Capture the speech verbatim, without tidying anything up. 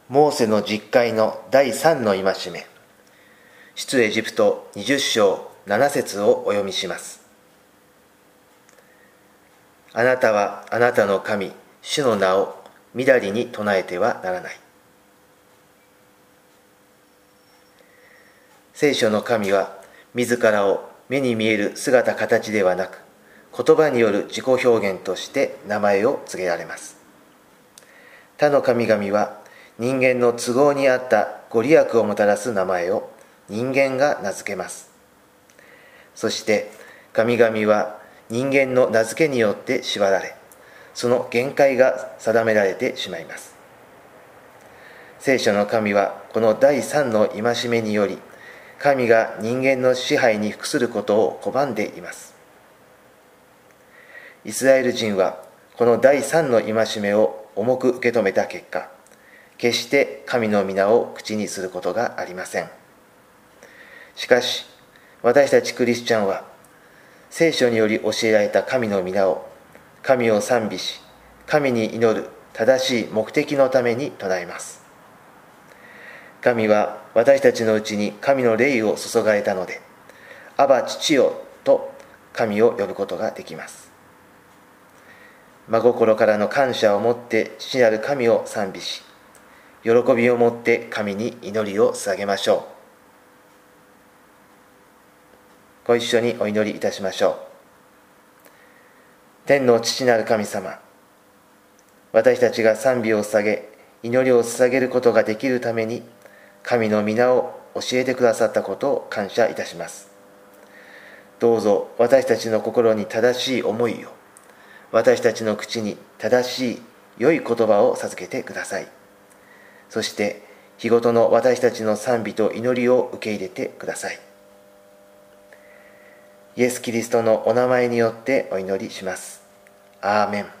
モーセの実会のだいさんの戒め、出エジプトにじゅっ章なな節をお読みします。あなたはあなたの神、主の名をみだりに唱えてはならない。聖書の神は、自らを目に見える姿形ではなく、言葉による自己表現として名前を告げられます。他の神々は、人間の都合に合ったご利益をもたらす名前を人間が名付けます。そして神々は人間の名付けによって縛られ、その限界が定められてしまいます。聖書の神はこのだいさんの戒めにより、神が人間の支配に服することを拒んでいます。イスラエル人はこのだいさんの戒めを重く受け止めた結果、決して神の皆を口にすることがありません。しかし、私たちクリスチャンは、聖書により教えられた神の皆を、神を賛美し、神に祈る正しい目的のために唱えます。神は私たちのうちに神の霊を注がれたので、アバ父よと神を呼ぶことができます。真心からの感謝を持って父なる神を賛美し、喜びを持って神に祈りを捧げましょう。ご一緒にお祈りいたしましょう。天の父なる神様、私たちが賛美を捧げ、祈りを捧げることができるために、神の皆を教えてくださったことを感謝いたします。どうぞ私たちの心に正しい思いを、私たちの口に正しい良い言葉を授けてください。そして日ごとの私たちの賛美と祈りを受け入れてください。イエス・キリストのお名前によってお祈りします。アーメン。